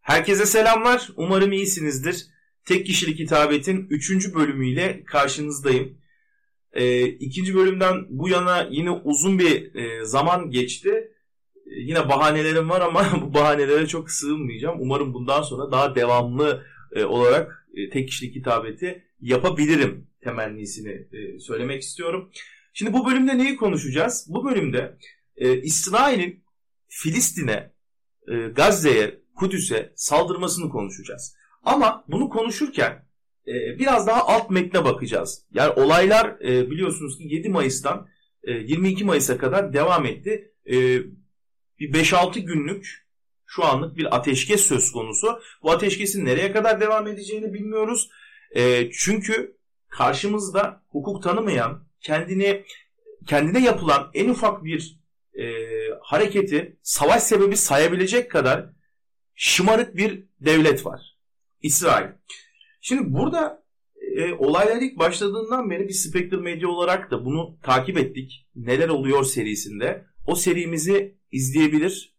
Herkese selamlar. Umarım iyisinizdir. Tek kişilik hitabetin 3. bölümüyle karşınızdayım. 2. bölümden bu yana yine uzun bir zaman geçti. Yine bahanelerim var ama bu bahanelere çok sığınmayacağım. Umarım bundan sonra daha devamlı olarak tek kişilik hitabeti yapabilirim temennisini söylemek istiyorum. Şimdi bu bölümde neyi konuşacağız? Bu bölümde İsrail'in Filistin'e, Gazze'ye, Kudüs'e saldırmasını konuşacağız. Ama bunu konuşurken biraz daha alt metne bakacağız. Yani olaylar biliyorsunuz ki 7 Mayıs'tan 22 Mayıs'a kadar devam etti. Bir 5-6 günlük şu anlık bir ateşkes söz konusu. Bu ateşkesin nereye kadar devam edeceğini bilmiyoruz. Çünkü karşımızda hukuk tanımayan, kendine yapılan en ufak bir hareketi savaş sebebi sayabilecek kadar şımarık bir devlet var. İsrail. Şimdi burada olaylar ilk başladığından beri bir Spectre Medya olarak da bunu takip ettik. Neler oluyor serisinde. O serimizi izleyebilir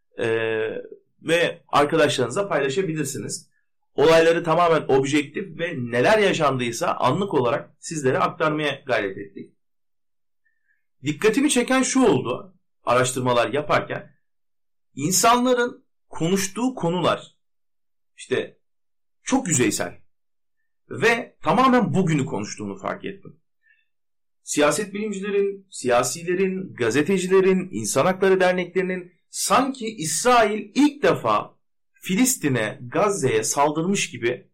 ve arkadaşlarınıza paylaşabilirsiniz. Olayları tamamen objektif ve neler yaşandıysa anlık olarak sizlere aktarmaya gayret ettik. Dikkatimi çeken şu oldu araştırmalar yaparken. İnsanların konuştuğu konular işte çok yüzeysel ve tamamen bugünü konuştuğunu fark ettim. Siyaset bilimcilerin, siyasilerin, gazetecilerin, insan hakları derneklerinin sanki İsrail ilk defa Filistin'e, Gazze'ye saldırmış gibi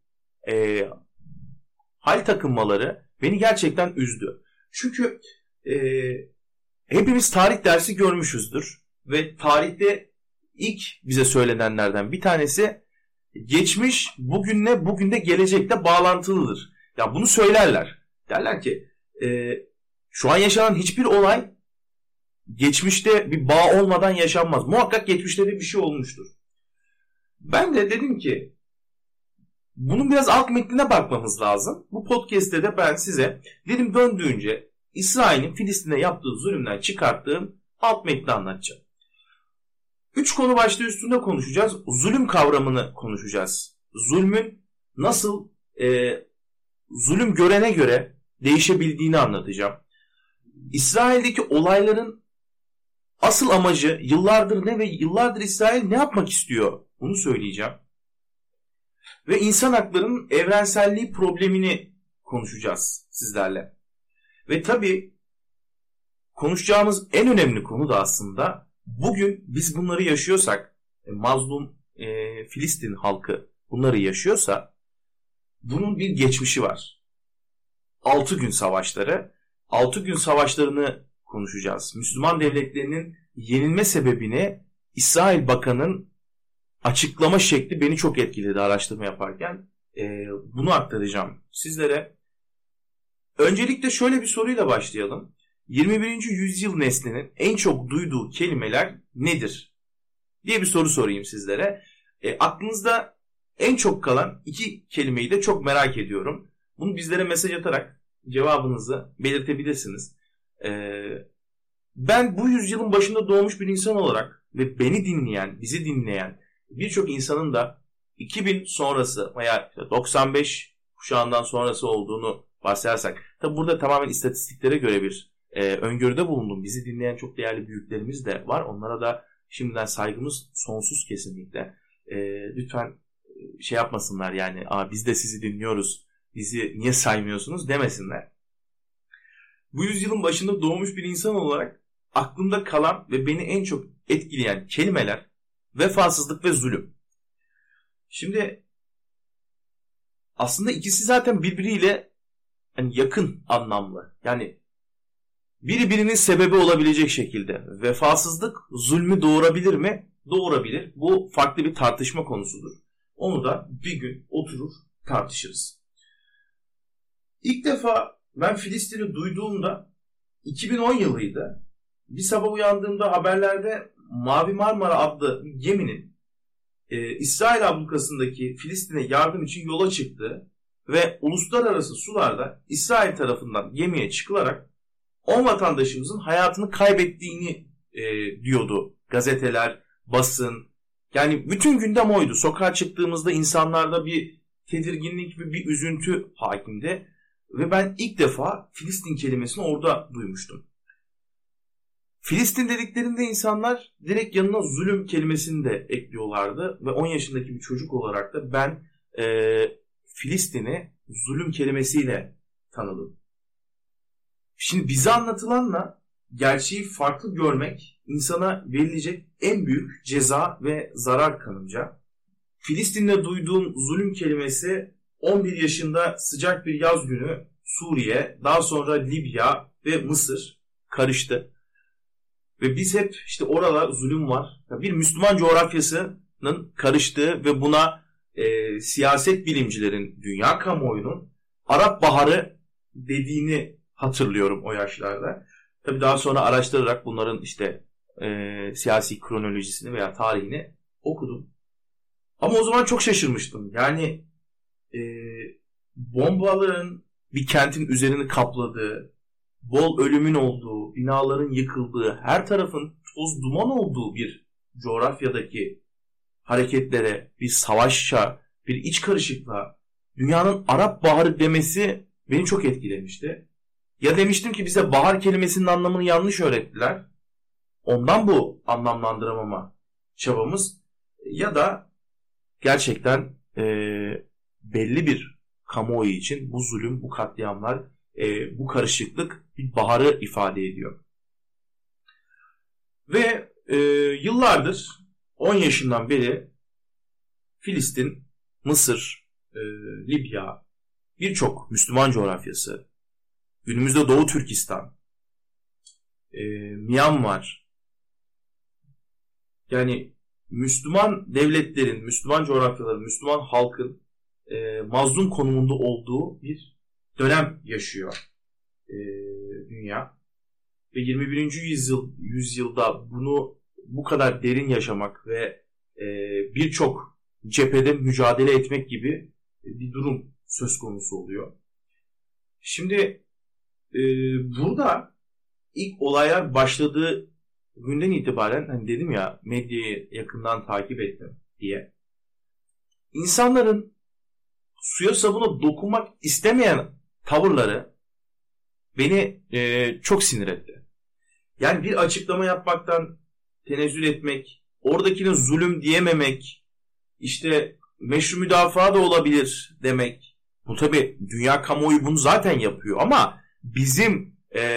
hal takınmaları beni gerçekten üzdü. Çünkü hepimiz tarih dersi görmüşüzdür ve tarihte İlk bize söylenenlerden bir tanesi geçmiş bugünle bugün de gelecekte bağlantılıdır. Ya bunu söylerler. Derler ki şu an yaşanan hiçbir olay geçmişte bir bağ olmadan yaşanmaz. Muhakkak geçmişte de bir şey olmuştur. Ben de dedim ki bunun biraz alt metnine bakmamız lazım. Bu podcast'te de ben size dedim döndüğünce İsrail'in Filistin'e yaptığı zulümden çıkarttığım alt metni anlatacağım. 3 konu başlığı üstünde konuşacağız. Zulüm kavramını konuşacağız. Zulmün nasıl zulüm görene göre değişebildiğini anlatacağım. İsrail'deki olayların asıl amacı yıllardır ne ve yıllardır İsrail ne yapmak istiyor bunu söyleyeceğim. Ve insan haklarının evrenselliği problemini konuşacağız sizlerle. Ve tabii konuşacağımız en önemli konu da aslında bugün biz bunları yaşıyorsak, mazlum Filistin halkı bunları yaşıyorsa bunun bir geçmişi var. 6 gün savaşları, 6 gün savaşlarını konuşacağız. Müslüman devletlerinin yenilme sebebini İsrail Bakanı'nın açıklama şekli beni çok etkiledi araştırma yaparken. Bunu aktaracağım sizlere. Öncelikle şöyle bir soruyla başlayalım. 21. yüzyıl neslinin en çok duyduğu kelimeler nedir diye bir soru sorayım sizlere. Aklınızda en çok kalan 2 kelimeyi de çok merak ediyorum. Bunu bizlere mesaj atarak cevabınızı belirtebilirsiniz. Ben bu yüzyılın başında doğmuş bir insan olarak ve beni dinleyen, bizi dinleyen birçok insanın da 2000 sonrası veya 95 kuşağından sonrası olduğunu varsayarsak, tabi burada tamamen istatistiklere göre bir öngörüde bulundum. Bizi dinleyen çok değerli büyüklerimiz de var. Onlara da şimdiden saygımız sonsuz kesinlikle. Lütfen şey yapmasınlar yani biz de sizi dinliyoruz, bizi niye saymıyorsunuz demesinler. Bu yüzyılın başında doğmuş bir insan olarak aklımda kalan ve beni en çok etkileyen kelimeler vefasızlık ve zulüm. Şimdi aslında ikisi zaten birbiriyle yani yakın anlamlı. Yani biri birinin sebebi olabilecek şekilde. Vefasızlık zulmü doğurabilir mi? Doğurabilir. Bu farklı bir tartışma konusudur. Onu da bir gün oturur tartışırız. İlk defa ben Filistin'i duyduğumda 2010 yılıydı. Bir sabah uyandığımda haberlerde Mavi Marmara adlı geminin İsrail ablukasındaki Filistin'e yardım için yola çıktığı ve uluslararası sularda İsrail tarafından gemiye çıkılarak 10 vatandaşımızın hayatını kaybettiğini diyordu gazeteler, basın, Yani bütün gündem oydu. Sokağa çıktığımızda insanlarda bir tedirginlik ve bir üzüntü hakimdi. Ve ben ilk defa Filistin kelimesini orada duymuştum. Filistin dediklerinde insanlar direkt yanına zulüm kelimesini de ekliyorlardı. Ve 10 yaşındaki bir çocuk olarak da ben Filistin'i zulüm kelimesiyle tanıdım. Şimdi bize anlatılanla gerçeği farklı görmek insana verilecek en büyük ceza ve zarar kanımca. Filistin'de duyduğum zulüm kelimesi 11 yaşında sıcak bir yaz günü Suriye, daha sonra Libya ve Mısır karıştı. Ve biz hep işte orada zulüm var. Bir Müslüman coğrafyasının karıştığı ve buna siyaset bilimcilerin, dünya kamuoyunun Arap Baharı dediğini hatırlıyorum o yaşlarda. Tabii daha sonra araştırarak bunların işte siyasi kronolojisini veya tarihini okudum. Ama o zaman çok şaşırmıştım. Yani bombaların bir kentin üzerini kapladığı, bol ölümün olduğu, binaların yıkıldığı, her tarafın toz duman olduğu bir coğrafyadaki hareketlere, bir savaşça, bir iç karışıklığa dünyanın Arap Baharı demesi beni çok etkilemişti. Ya demiştim ki bize bahar kelimesinin anlamını yanlış öğrettiler. Ondan bu anlamlandıramama çabamız. Ya da gerçekten belli bir kamuoyu için bu zulüm, bu katliamlar, bu karışıklık bir baharı ifade ediyor. Ve yıllardır 10 yaşından beri Filistin, Mısır, Libya, birçok Müslüman coğrafyası, günümüzde Doğu Türkistan, Myanmar, yani Müslüman devletlerin, Müslüman coğrafyaların, Müslüman halkın mazlum konumunda olduğu bir dönem yaşıyor dünya. Ve 21. yüzyılda bunu bu kadar derin yaşamak ve birçok cephede mücadele etmek gibi bir durum söz konusu oluyor. Şimdi burada ilk olaylar başladığı günden itibaren hani dedim ya medyayı yakından takip ettim diye. İnsanların suya sabuna dokunmak istemeyen tavırları beni çok sinir etti. Yani bir açıklama yapmaktan tenezzül etmek, oradakine zulüm diyememek, işte meşru müdafaa da olabilir demek. Bu tabii dünya kamuoyu bunu zaten yapıyor ama bizim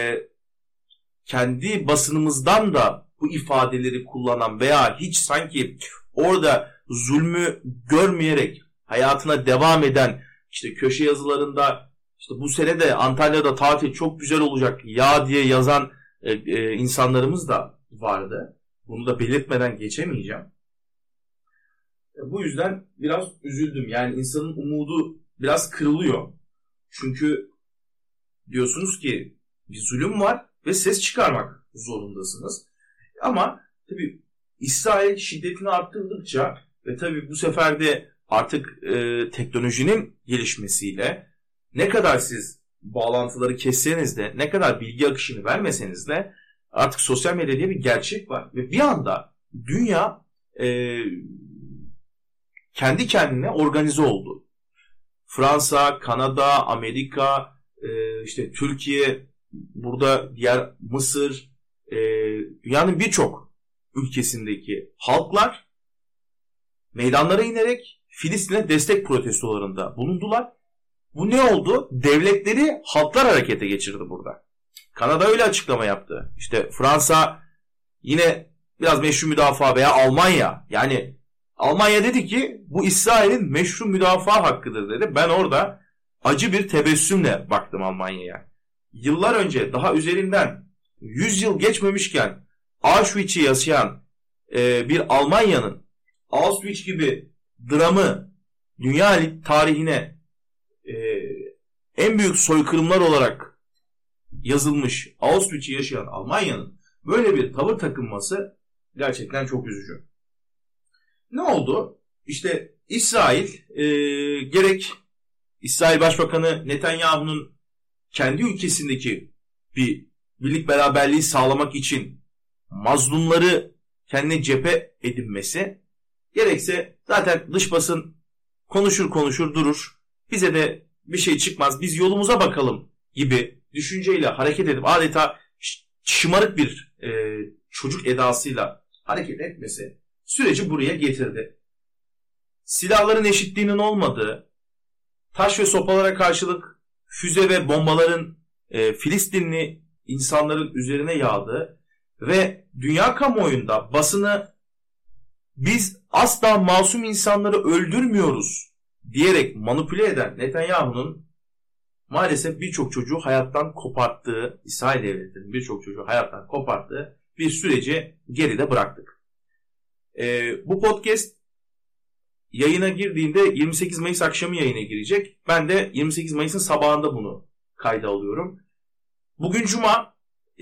kendi basınımızdan da bu ifadeleri kullanan veya hiç sanki orada zulmü görmeyerek hayatına devam eden işte köşe yazılarında işte bu sene de Antalya'da tatil çok güzel olacak ya diye yazan insanlarımız da vardı. Bunu da belirtmeden geçemeyeceğim. Bu yüzden biraz üzüldüm. Yani insanın umudu biraz kırılıyor. Çünkü diyorsunuz ki bir zulüm var ve ses çıkarmak zorundasınız. Ama tabii İsrail şiddetini arttırdıkça ve tabii bu sefer de artık teknolojinin gelişmesiyle ne kadar siz bağlantıları kesseniz de ne kadar bilgi akışını vermeseniz de artık sosyal medya diye bir gerçek var. Ve bir anda dünya kendi kendine organize oldu. Fransa, Kanada, Amerika, işte Türkiye, burada diğer Mısır, dünyanın birçok ülkesindeki halklar meydanlara inerek Filistin'e destek protestolarında bulundular. Bu ne oldu? Devletleri halklar harekete geçirdi burada. Kanada öyle açıklama yaptı. İşte Fransa yine biraz meşru müdafaa veya Almanya. Yani Almanya dedi ki bu İsrail'in meşru müdafaa hakkıdır dedi. Ben orada acı bir tebessümle baktım Almanya'ya. Yıllar önce daha üzerinden 100 yıl geçmemişken Auschwitz'i yaşayan bir Almanya'nın Auschwitz gibi dramı dünya tarihine en büyük soykırımlar olarak yazılmış Auschwitz'i yaşayan Almanya'nın böyle bir tavır takınması gerçekten çok üzücü. Ne oldu? İşte İsrail gerek İsrail Başbakanı Netanyahu'nun kendi ülkesindeki bir birlik beraberliği sağlamak için mazlumları kendine cephe edinmesi, Gerekse zaten dış basın konuşur durur. Bize de bir şey çıkmaz. Biz yolumuza bakalım gibi düşünceyle hareket edip adeta şımarık bir çocuk edasıyla hareket etmesi süreci buraya getirdi. Silahların eşitliğinin olmadığı, taş ve sopalara karşılık füze ve bombaların Filistinli insanların üzerine yağdığı ve dünya kamuoyunda basını biz asla masum insanları öldürmüyoruz diyerek manipüle eden Netanyahu'nun maalesef birçok çocuğu hayattan koparttığı, İsrail devletinin birçok çocuğu hayattan koparttığı bir süreci geride bıraktık. Bu podcast yayına girdiğinde 28 Mayıs akşamı yayına girecek. Ben de 28 Mayıs'ın sabahında bunu kayda alıyorum. Bugün Cuma.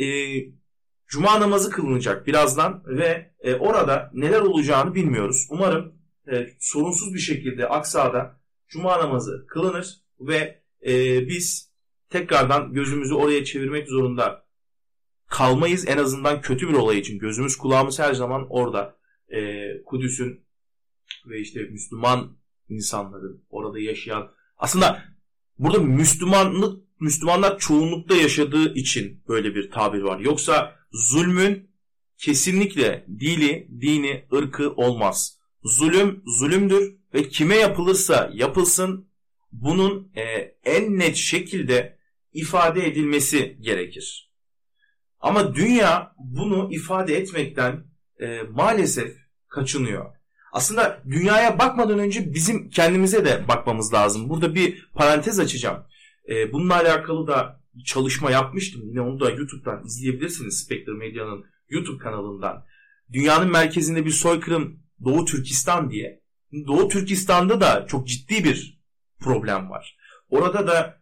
Cuma namazı kılınacak birazdan ve orada neler olacağını bilmiyoruz. Umarım sorunsuz bir şekilde Aksa'da Cuma namazı kılınır ve biz tekrardan gözümüzü oraya çevirmek zorunda kalmayız. En azından kötü bir olay için gözümüz kulağımız her zaman orada. Kudüs'ün ve işte Müslüman insanların orada yaşayan, aslında burada Müslümanlar çoğunlukta yaşadığı için böyle bir tabir var. Yoksa zulmün kesinlikle dini, ırkı olmaz. Zulüm zulümdür ve kime yapılırsa yapılsın bunun en net şekilde ifade edilmesi gerekir. Ama dünya bunu ifade etmekten maalesef kaçınıyor. Aslında dünyaya bakmadan önce bizim kendimize de bakmamız lazım. Burada bir parantez açacağım. Bununla alakalı da çalışma yapmıştım. Yine onu da YouTube'dan izleyebilirsiniz. Spectre Medya'nın YouTube kanalından. Dünyanın merkezinde bir soykırım Doğu Türkistan diye. Doğu Türkistan'da da çok ciddi bir problem var. Orada da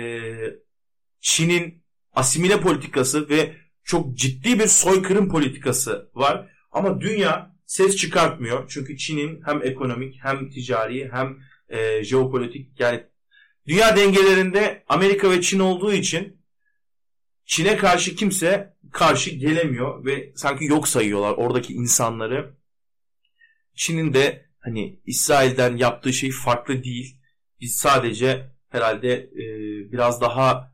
Çin'in asimile politikası ve çok ciddi bir soykırım politikası var. Ama dünya ses çıkartmıyor. Çünkü Çin'in hem ekonomik hem ticari hem jeopolitik, yani dünya dengelerinde Amerika ve Çin olduğu için Çin'e karşı kimse karşı gelemiyor ve sanki yok sayıyorlar oradaki insanları. Çin'in de hani İsrail'den yaptığı şey farklı değil. Biz sadece herhalde biraz daha,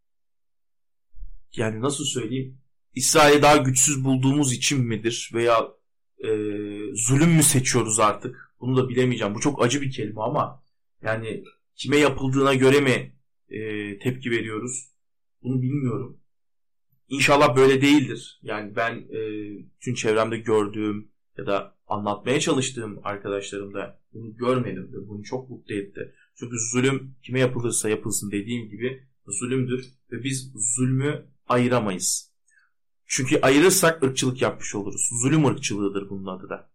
yani nasıl söyleyeyim, İsrail'i daha güçsüz bulduğumuz için midir veya zulüm mü seçiyoruz artık? Bunu da bilemeyeceğim. Bu çok acı bir kelime ama yani kime yapıldığına göre mi tepki veriyoruz? Bunu bilmiyorum. İnşallah böyle değildir. Yani ben tüm çevremde gördüğüm ya da anlatmaya çalıştığım arkadaşlarımda bunu görmedim ve bunu çok mutlu etti. Çünkü zulüm kime yapılırsa yapılsın dediğim gibi zulümdür ve biz zulmü ayıramayız. Çünkü ayırırsak ırkçılık yapmış oluruz. Zulüm ırkçılığıdır bunun adı da.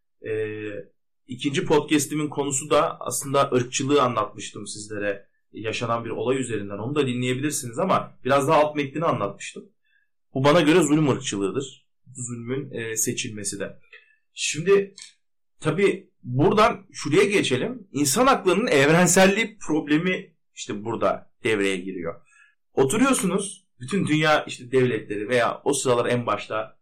İkinci podcastimin konusu da aslında ırkçılığı anlatmıştım sizlere. Yaşanan bir olay üzerinden. Onu da dinleyebilirsiniz ama biraz daha alt metnini anlatmıştım. Bu bana göre zulüm ırkçılığıdır. Zulmün seçilmesi de. Şimdi tabii buradan şuraya geçelim. İnsan haklarının evrenselliği problemi işte burada devreye giriyor. Oturuyorsunuz, bütün dünya işte devletleri veya o sıralar en başta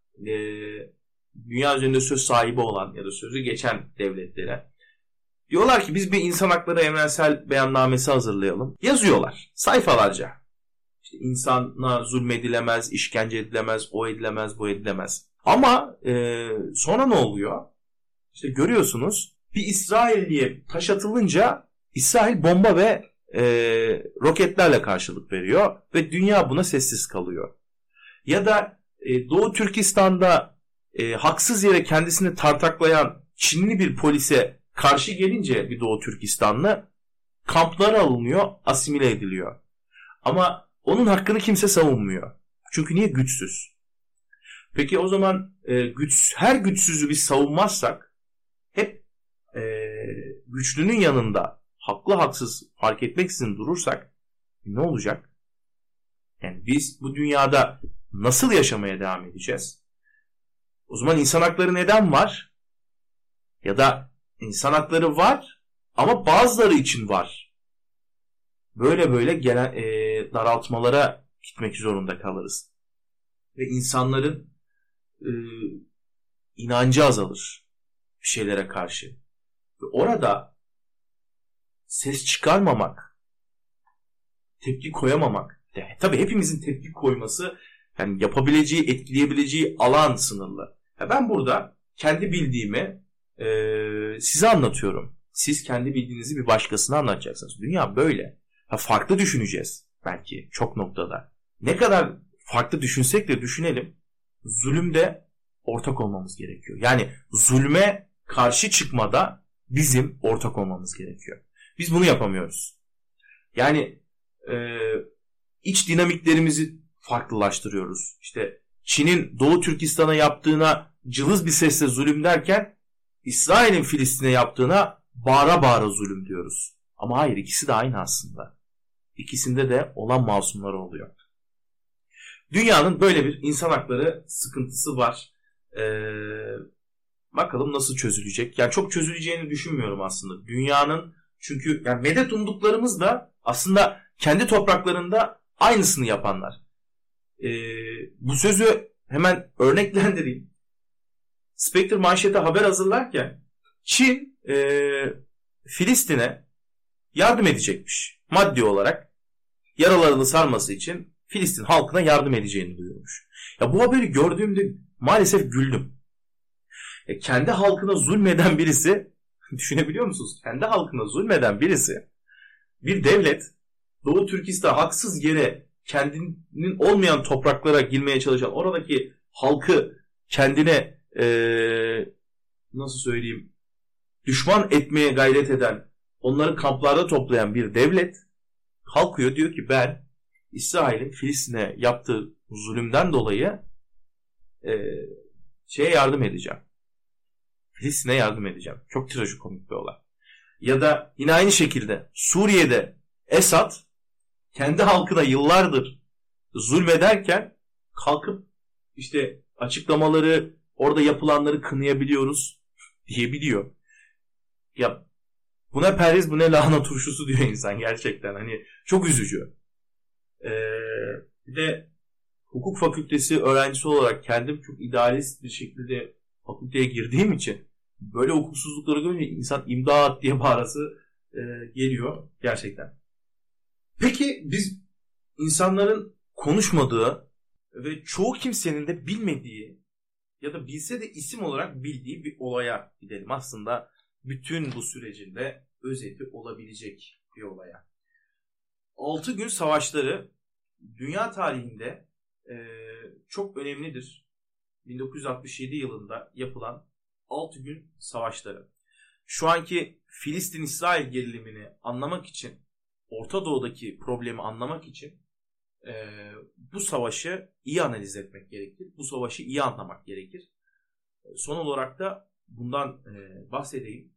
dünya üzerinde söz sahibi olan ya da sözü geçen devletlere diyorlar ki biz bir insan hakları evrensel beyannamesi hazırlayalım. Yazıyorlar sayfalarca. İşte insana zulmedilemez, işkence edilemez, o edilemez, bu edilemez. Ama sonra ne oluyor? İşte görüyorsunuz, bir İsrailliye taş atılınca İsrail bomba ve roketlerle karşılık veriyor ve dünya buna sessiz kalıyor. Ya da Doğu Türkistan'da haksız yere kendisini tartaklayan Çinli bir polise karşı gelince bir Doğu Türkistanlı kamplara alınıyor, asimile ediliyor. Ama onun hakkını kimse savunmuyor. Çünkü niye? Güçsüz. Peki o zaman her güçsüzü biz savunmazsak, hep güçlünün yanında haklı haksız fark etmeksizin durursak ne olacak? Yani biz bu dünyada nasıl yaşamaya devam edeceğiz? O zaman insan hakları neden var? Ya da insan hakları var ama bazıları için var. Böyle gelen daraltmalara gitmek zorunda kalırız. Ve insanların inancı azalır. bir şeylere karşı. Ve orada ses çıkarmamak, tepki koyamamak. Tabii hepimizin tepki koyması, yani yapabileceği, etkileyebileceği alan sınırlı. Ben burada kendi bildiğimi size anlatıyorum. Siz kendi bildiğinizi bir başkasına anlatacaksınız. Dünya böyle. Farklı düşüneceğiz belki çok noktada. Ne kadar farklı düşünsek de düşünelim, zulümde ortak olmamız gerekiyor. Yani zulme karşı çıkmada bizim ortak olmamız gerekiyor. Biz bunu yapamıyoruz. Yani iç dinamiklerimizi farklılaştırıyoruz. İşte Çin'in Doğu Türkistan'a yaptığına cılız bir sesle zulüm derken İsrail'in Filistin'e yaptığına bağıra bağıra zulüm diyoruz. Ama hayır, ikisi de aynı aslında. İkisinde de olan masumlar oluyor. Dünyanın böyle bir insan hakları sıkıntısı var. Bakalım nasıl çözülecek? Yani çok çözüleceğini düşünmüyorum aslında. Dünyanın, çünkü yani medet umduklarımız da aslında kendi topraklarında aynısını yapanlar. Bu sözü hemen örneklendireyim. Spectre manşete haber hazırlarken Çin Filistin'e yardım edecekmiş. Maddi olarak yaralarını sarması için Filistin halkına yardım edeceğini duyurmuş. Ya bu haberi gördüğümde maalesef güldüm. Kendi halkına zulmeden birisi, düşünebiliyor musunuz? Kendi halkına zulmeden birisi, bir devlet Doğu Türkistan haksız yere kendinin olmayan topraklara girmeye çalışan, oradaki halkı kendine nasıl söyleyeyim, düşman etmeye gayret eden, onları kamplarda toplayan bir devlet kalkıyor, diyor ki ben İsrail'in Filistin'e yaptığı zulümden dolayı yardım edeceğim. Filistin'e yardım edeceğim. Çok trajikomik bir olay. Ya da yine aynı şekilde Suriye'de Esad kendi halkına yıllardır zulmederken kalkıp işte açıklamaları, orada yapılanları kınayabiliyoruz diyebiliyor. Ya bu ne perhiz, bu ne lahana turşusu diyor insan gerçekten. Hani çok üzücü. Bir de hukuk fakültesi öğrencisi olarak kendim çok idealist bir şekilde fakülteye girdiğim için böyle hukuksuzlukları görünce insan imdat diye bağırası geliyor gerçekten. Peki biz insanların konuşmadığı ve çoğu kimsenin de bilmediği ya da bilse de isim olarak bildiği bir olaya gidelim. Aslında bütün bu sürecin de özeti olabilecek bir olaya. 6 gün savaşları dünya tarihinde çok önemlidir. 1967 yılında yapılan 6 gün savaşları. Şu anki Filistin-İsrail gerilimini anlamak için, Orta Doğu'daki problemi anlamak için bu savaşı iyi analiz etmek gerekir. Bu savaşı iyi anlamak gerekir. Son olarak da bundan bahsedeyim.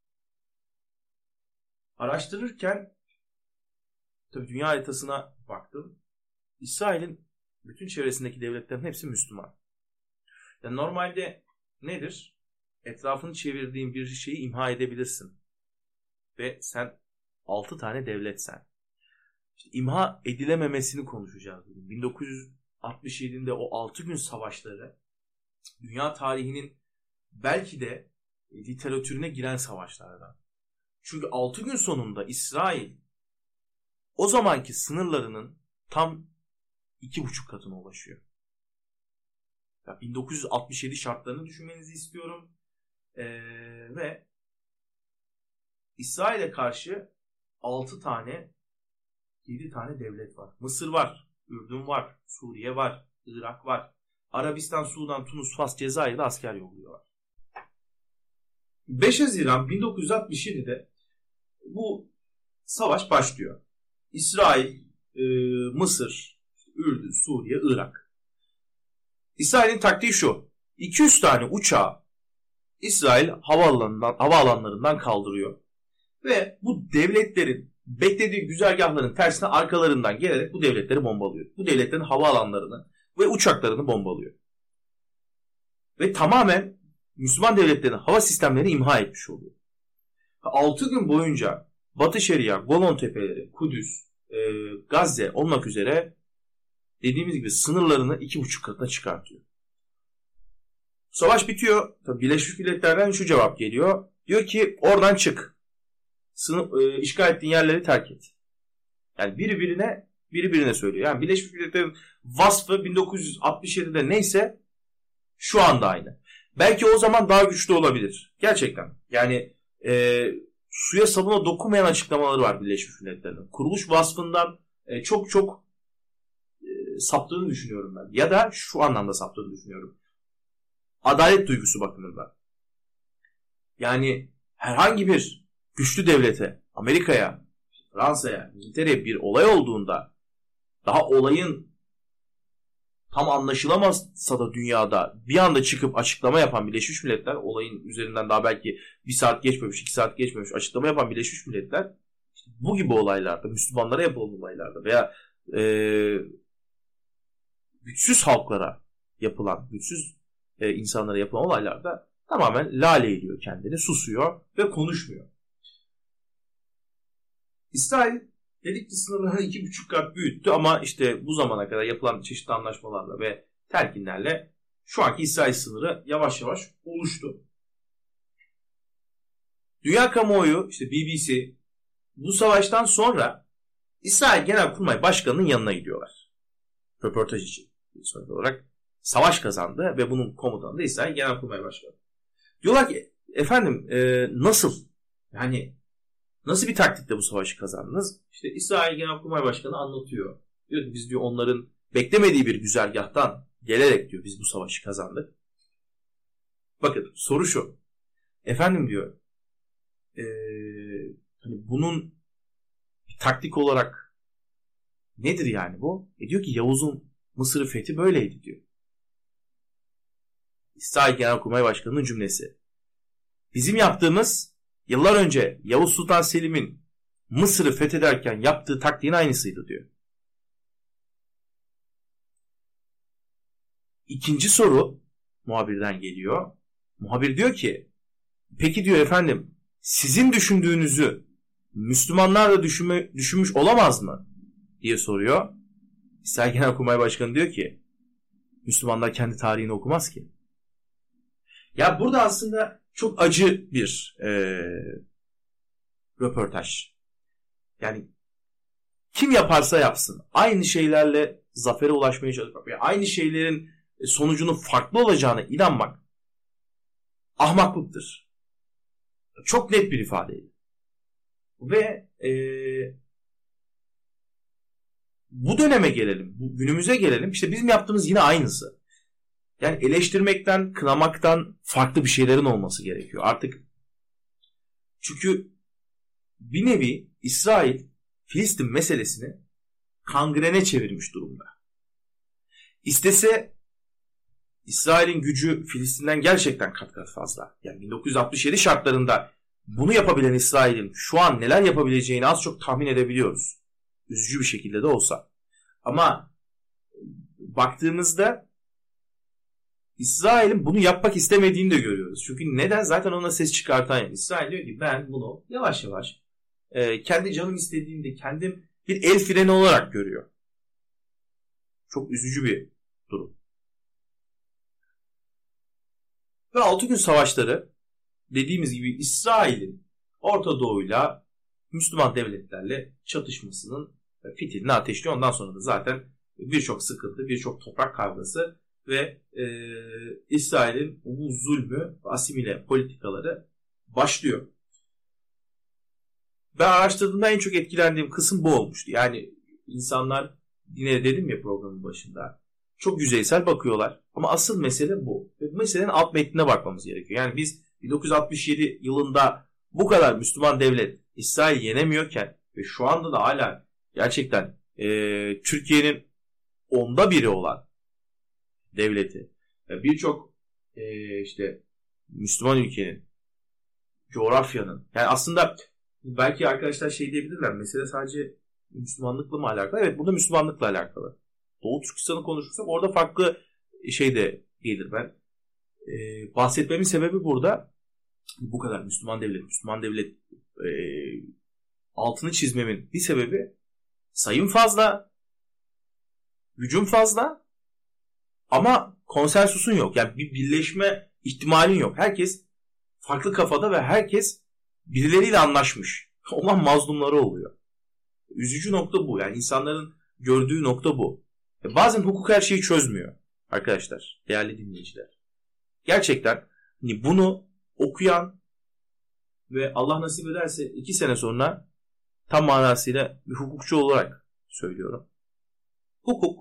Araştırırken tabii dünya haritasına baktım. İsrail'in bütün çevresindeki devletlerin hepsi Müslüman. Yani normalde nedir? Etrafını çevirdiğin bir şeyi imha edebilirsin. Ve sen 6 tane devletsen. İşte imha edilememesini konuşacağız bugün. 1967'de o 6 gün savaşları dünya tarihinin belki de literatürüne giren savaşlardan. Çünkü 6 gün sonunda İsrail o zamanki sınırlarının tam 2,5 katına ulaşıyor. Ya 1967 şartlarını düşünmenizi istiyorum. Ve İsrail'e karşı 6 tane 7 tane devlet var. Mısır var, Ürdün var, Suriye var, Irak var. Arabistan, Sudan, Tunus, Fas, Cezayir'de asker yolluyorlar. 5 Haziran 1967'de bu savaş başlıyor. İsrail, Mısır, Ürdün, Suriye, Irak. İsrail'in taktiği şu. 200 tane uçağı İsrail havaalanlarından kaldırıyor. Ve bu devletlerin beklediği güzergahların tersine arkalarından gelerek bu devletleri bombalıyor. Bu devletlerin havaalanlarını ve uçaklarını bombalıyor. Ve tamamen Müslüman devletlerin hava sistemlerini imha etmiş oluyor. 6 gün boyunca Batı Şeria, Golan Tepeleri, Kudüs, Gazze olmak üzere dediğimiz gibi sınırlarını 2,5 katına çıkartıyor. Savaş bitiyor. Tabii Birleşmiş Milletler'den şu cevap geliyor. Diyor ki oradan çık. İşgal ettiğin yerleri terk et. Yani biri birine söylüyor. Yani Birleşmiş Milletler'in vasfı 1967'de neyse şu anda aynı. Belki o zaman daha güçlü olabilir. Gerçekten. Yani suya sabuna dokunmayan açıklamaları var Birleşmiş Milletler'in. Kuruluş vasfından çok saptığını düşünüyorum ben. Ya da şu anlamda saptığını düşünüyorum. Adalet duygusu bakımından. Yani herhangi bir güçlü devlete, Amerika'ya, Fransa'ya, İngiltere'ye bir olay olduğunda daha olayın tam anlaşılamazsa da dünyada bir anda çıkıp açıklama yapan Birleşmiş Milletler, olayın üzerinden daha belki 1 saat geçmemiş, 2 saat geçmemiş açıklama yapan Birleşmiş Milletler işte bu gibi olaylarda, Müslümanlara yapılan olaylarda veya güçsüz halklara yapılan, güçsüz insanlara yapılan olaylarda tamamen lale ediyor kendini, susuyor ve konuşmuyor. İsrail dedik ki sınırları 2,5 kat büyüttü ama işte bu zamana kadar yapılan çeşitli anlaşmalarla ve telkinlerle şu anki İsrail sınırı yavaş yavaş oluştu. Dünya kamuoyu, işte BBC bu savaştan sonra İsrail Genelkurmay Başkanı'nın yanına gidiyorlar. Röportaj için. Sonuç olarak savaş kazandı ve bunun komutanı da İsrail Genelkurmay Başkanı. Diyorlar ki efendim nasıl? Yani nasıl bir taktikle bu savaşı kazandınız? İşte İsrail Genelkurmay Başkanı anlatıyor. Diyor ki biz diyor onların beklemediği bir güzergahtan gelerek diyor biz bu savaşı kazandık. Bakın soru şu. Efendim diyor hani bunun bir taktik olarak nedir yani bu? Diyor ki Yavuz'un Mısır'ı fethi böyleydi diyor. İsrail Genelkurmay Başkanı'nın cümlesi. Bizim yaptığımız yıllar önce Yavuz Sultan Selim'in Mısır'ı fethederken yaptığı taktiğin aynısıydı diyor. İkinci soru muhabirden geliyor. Muhabir diyor ki peki diyor efendim sizin düşündüğünüzü Müslümanlar da düşünmüş olamaz mı? Diye soruyor. İsrail Genelkurmay Başkanı diyor ki Müslümanlar kendi tarihini okumaz ki. Ya burada aslında çok acı bir röportaj. Yani kim yaparsa yapsın aynı şeylerle zafere ulaşmaya çalışmak ve aynı şeylerin sonucunun farklı olacağına inanmak ahmaklıktır. Çok net bir ifadeydi. Ve bu döneme gelelim, bu günümüze gelelim. İşte bizim yaptığımız yine aynısı. Yani eleştirmekten, kınamaktan farklı bir şeylerin olması gerekiyor. Artık çünkü bir nevi İsrail Filistin meselesini kangrene çevirmiş durumda. İstese İsrail'in gücü Filistin'den gerçekten kat kat fazla. Yani 1967 şartlarında bunu yapabilen İsrail'in şu an neler yapabileceğini az çok tahmin edebiliyoruz. Üzücü bir şekilde de olsa. Ama baktığımızda İsrail'in bunu yapmak istemediğini de görüyoruz. Çünkü neden? Zaten ona ses çıkartan yok. İsrail diyor ki ben bunu yavaş yavaş kendi canım istediğinde kendim bir el freni olarak görüyor. Çok üzücü bir durum. Ve 6 gün savaşları dediğimiz gibi İsrail'in Orta Doğu'yla Müslüman devletlerle çatışmasının fitilini ateşliyor. Ondan sonra da zaten birçok sıkıntı, birçok toprak kavgası ve İsrail'in bu zulmü, asimile politikaları başlıyor. Ben araştırdığımda en çok etkilendiğim kısım bu olmuştu. Yani insanlar yine dedim ya programın başında çok yüzeysel bakıyorlar ama asıl mesele bu. Ve bu meselenin alt metnine bakmamız gerekiyor. Yani biz 1967 yılında bu kadar Müslüman devlet İsrail yenemiyorken ve şu anda da hala gerçekten Türkiye'nin 1/10 olan devleti birçok işte Müslüman ülkenin, coğrafyanın yani aslında belki arkadaşlar şey diyebilirler mesele sadece Müslümanlıkla mı alakalı? Evet burada Müslümanlıkla alakalı. Doğu Türkistan'ı konuşursak orada farklı şey de gelir ben. Bahsetmemin sebebi burada bu kadar Müslüman devlet altını çizmemin bir sebebi sayım fazla, gücüm fazla ama konsensusun yok. Yani bir birleşme ihtimalin yok. Herkes farklı kafada ve herkes birileriyle anlaşmış. Olan mazlumları oluyor. Üzücü nokta bu. Yani insanların gördüğü nokta bu. Bazen hukuk her şeyi çözmüyor arkadaşlar, değerli dinleyiciler. Gerçekten hani bunu okuyan ve Allah nasip ederse 2 sene sonra tam manasıyla bir hukukçu olarak söylüyorum. Hukuk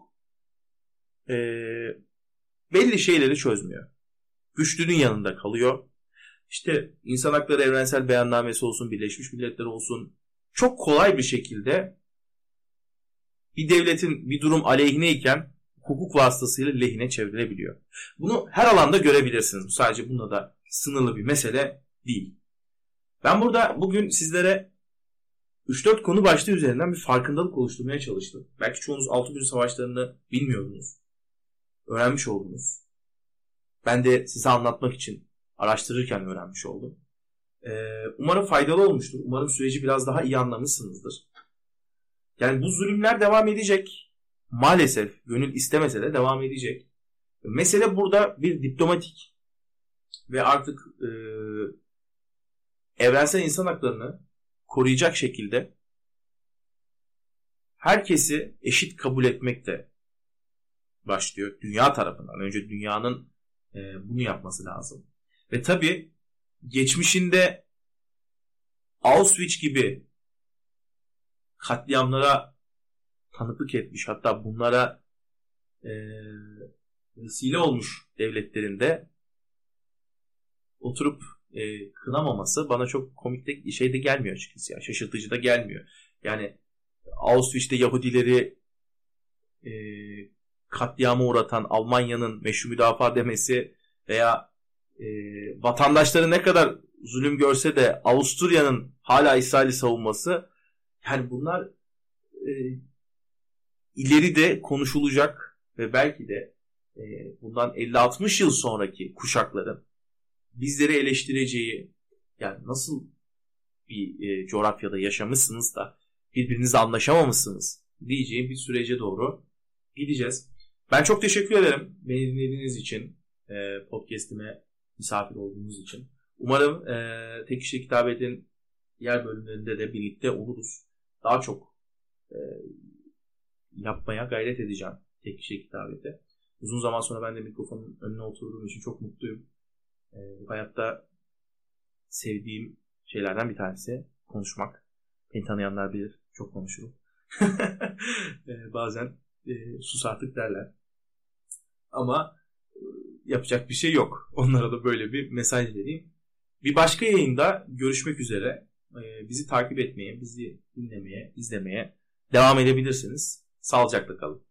belli şeyleri çözmüyor. Güçlünün yanında kalıyor. İşte İnsan Hakları Evrensel Beyannamesi olsun, Birleşmiş Milletler olsun, çok kolay bir şekilde bir devletin bir durum aleyhineyken hukuk vasıtasıyla lehine çevrilebiliyor. Bunu her alanda görebilirsiniz. Bu sadece bununla da sınırlı bir mesele değil. Ben burada bugün sizlere 3-4 konu başlığı üzerinden bir farkındalık oluşturmaya çalıştım. Belki çoğunuz 6 gün savaşlarını bilmiyordunuz. Öğrenmiş oldunuz. Ben de size anlatmak için araştırırken öğrenmiş oldum. Umarım faydalı olmuştur. Umarım süreci biraz daha iyi anlamışsınızdır. Yani bu zulümler devam edecek. Maalesef gönül istemese de devam edecek. Mesele burada bir diplomatik ve artık evrensel insan haklarını koruyacak şekilde herkesi eşit kabul etmekte başlıyor. Dünya tarafından. Önce dünyanın bunu yapması lazım. Ve tabii geçmişinde Auschwitz gibi katliamlara tanıklık etmiş, hatta bunlara vesile olmuş devletlerinde oturup kınamaması bana çok komik de şey de gelmiyor açıkçası. Ya. Şaşırtıcı da gelmiyor. Yani Auschwitz'te Yahudileri katliama uğratan Almanya'nın meşru müdafaa demesi veya vatandaşları ne kadar zulüm görse de Avusturya'nın hala İsrail'i savunması, yani bunlar ileride konuşulacak ve belki de bundan 50-60 yıl sonraki kuşakların bizleri eleştireceği, yani nasıl bir coğrafyada yaşamışsınız da birbirinizle anlaşamamışsınız diyeceğim bir sürece doğru gideceğiz. Ben çok teşekkür ederim beni dinlediğiniz için, podcast'ime misafir olduğunuz için. Umarım Tek Kişilik Hitabet'in diğer bölümlerinde de birlikte oluruz. Daha çok yapmaya gayret edeceğim Tek Kişilik Hitabet'e. Uzun zaman sonra ben de mikrofonun önüne oturduğum için çok mutluyum. Hayatta sevdiğim şeylerden bir tanesi konuşmak. Beni tanıyanlar bilir, çok konuşurum. Bazen sus artık derler. Ama yapacak bir şey yok. Onlara da böyle bir mesaj vereyim. Bir başka yayında görüşmek üzere. Bizi takip etmeye, bizi dinlemeye, izlemeye devam edebilirsiniz. Sağlıcakla kalın.